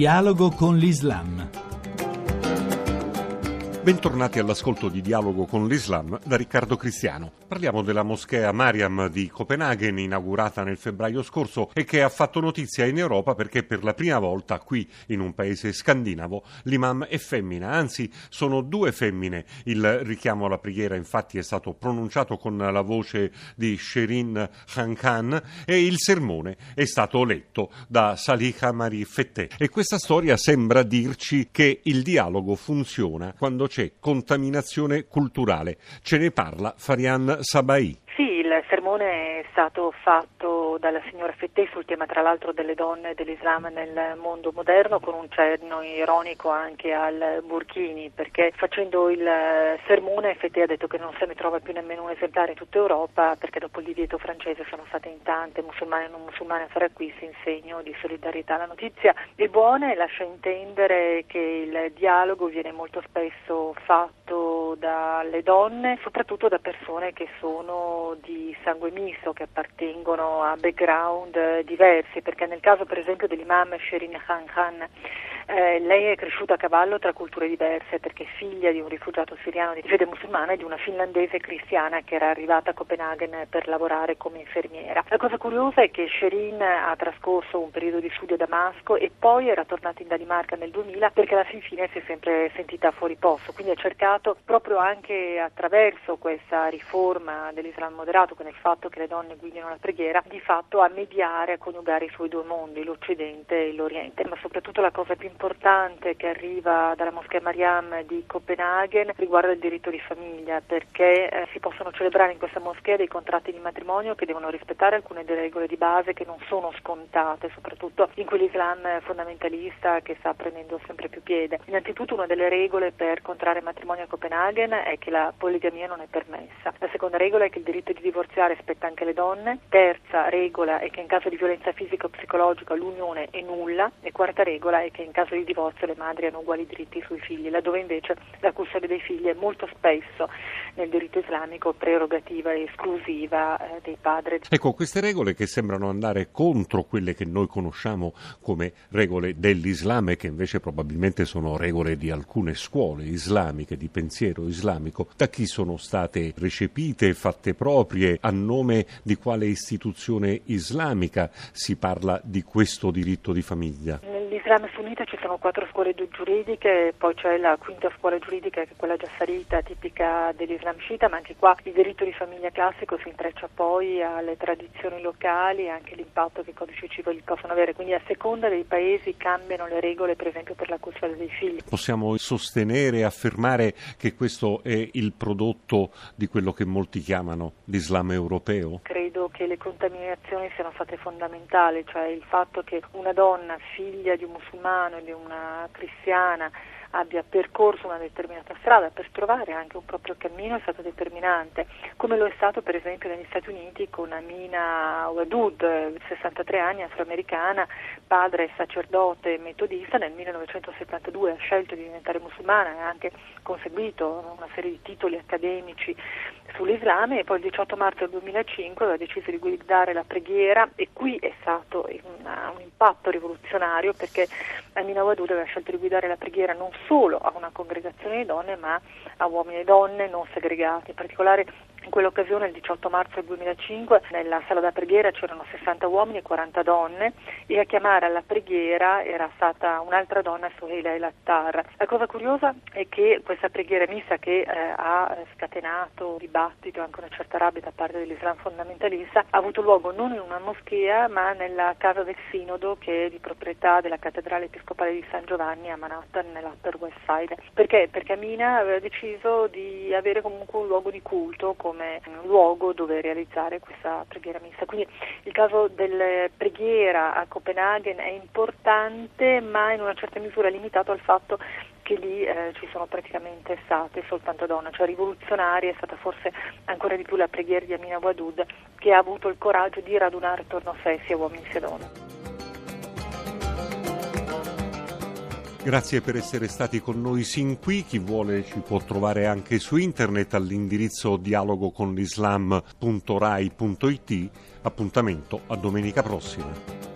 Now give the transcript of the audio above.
Dialogo con l'Islam. Bentornati all'ascolto di Dialogo con l'Islam da Riccardo Cristiano. Parliamo della moschea Mariam di Copenaghen, inaugurata nel febbraio scorso e che ha fatto notizia in Europa perché per la prima volta qui in un paese scandinavo l'imam è femmina, anzi sono due femmine. Il richiamo alla preghiera infatti è stato pronunciato con la voce di Sherin Khan e il sermone è stato letto da Saliha Marie Fette. E questa storia sembra dirci che il dialogo funziona quando c'è contaminazione culturale. Ce ne parla Farian Sabai. Sì, il sermone è stato fatto dalla signora Fette sul tema tra l'altro delle donne e dell'Islam nel mondo moderno, con un cenno ironico anche al Burkini, perché facendo il sermone Fette ha detto che non se ne trova più nemmeno un esemplare in tutta Europa, perché dopo il divieto francese sono state in tante musulmane e non musulmane a fare acquisti in segno di solidarietà. La notizia è buona e lascia intendere che il dialogo viene molto spesso fatto dalle donne, soprattutto da persone che sono di sangue misto, che appartengono a background diversi, perché nel caso per esempio dell'imam Sherin Khan, lei è cresciuta a cavallo tra culture diverse, perché è figlia di un rifugiato siriano di fede musulmana e di una finlandese cristiana che era arrivata a Copenaghen per lavorare come infermiera. La cosa curiosa è che Sherin ha trascorso un periodo di studio a Damasco e poi era tornata in Danimarca nel 2000 perché alla fin fine si è sempre sentita fuori posto, quindi ha cercato proprio anche attraverso questa riforma dell'Islam moderato, con il fatto che le donne guidino la preghiera, di fatto a mediare, a coniugare i suoi due mondi, l'Occidente e l'Oriente. Ma soprattutto la cosa più importante che arriva dalla moschea Mariam di Copenaghen riguarda il diritto di famiglia, perché si possono celebrare in questa moschea dei contratti di matrimonio che devono rispettare alcune delle regole di base che non sono scontate, soprattutto in quell'Islam fondamentalista che sta prendendo sempre più piede. Innanzitutto una delle regole per contrarre matrimonio a Copenaghen è che la poligamia non è permessa. La seconda regola è che il diritto di divorziare spetta anche alle donne. Terza regola è che in caso di violenza fisica o psicologica l'unione è nulla. E quarta regola è che in caso di divorzio le madri hanno uguali diritti sui figli, laddove invece la custodia dei figli è molto spesso nel diritto islamico prerogativa esclusiva dei padri. Ecco, queste regole che sembrano andare contro quelle che noi conosciamo come regole dell'Islam e che invece probabilmente sono regole di alcune scuole islamiche, di pensiero islamico, da chi sono state recepite, fatte proprie, a nome di quale istituzione islamica si parla di questo diritto di famiglia? Nell'Islam sunnita ci sono 4 scuole giuridiche, poi c'è la quinta scuola giuridica che è quella giaffarita, tipica dell'Islam sciita, ma anche qua il diritto di famiglia classico si intreccia poi alle tradizioni locali e anche l'impatto che i codici civili possono avere, quindi a seconda dei paesi cambiano le regole, per esempio per la custodia dei figli. Possiamo sostenere e affermare che questo è il prodotto di quello che molti chiamano l'Islam europeo? Credo che le contaminazioni siano state fondamentali, cioè il fatto che una donna figlia di un musulmano e di una cristiana abbia percorso una determinata strada per trovare anche un proprio cammino è stato determinante, come lo è stato per esempio negli Stati Uniti con Amina Wadud, 63 anni, afroamericana, padre sacerdote metodista, nel 1972 ha scelto di diventare musulmana e ha anche conseguito una serie di titoli accademici sull'Islam e poi il 18 marzo del 2005 aveva deciso di guidare la preghiera e qui è stato un impatto rivoluzionario, perché Amina Wadud aveva scelto di guidare la preghiera non solo a una congregazione di donne ma a uomini e donne non segregati. In particolare in quell'occasione, il 18 marzo del 2005, nella sala da preghiera c'erano 60 uomini e 40 donne e a chiamare alla preghiera era stata un'altra donna, Soheila El Attar. La cosa curiosa è che questa preghiera mista, che ha scatenato dibattito e anche una certa rabbia da parte dell'Islam fondamentalista, ha avuto luogo non in una moschea ma nella casa del Sinodo, che è di proprietà della cattedrale episcopale di San Giovanni a Manhattan, nell'Upper West Side. Perché? Perché Amina aveva deciso di avere comunque un luogo di culto come un luogo dove realizzare questa preghiera mista. Quindi il caso della preghiera a Copenaghen è importante, ma in una certa misura limitato al fatto che lì ci sono praticamente state soltanto donne, cioè rivoluzionaria è stata forse ancora di più la preghiera di Amina Wadud, che ha avuto il coraggio di radunare attorno a sé sia uomini sia donne. Grazie per essere stati con noi sin qui. Chi vuole ci può trovare anche su internet all'indirizzo dialogoconlislam.rai.it. Appuntamento a domenica prossima.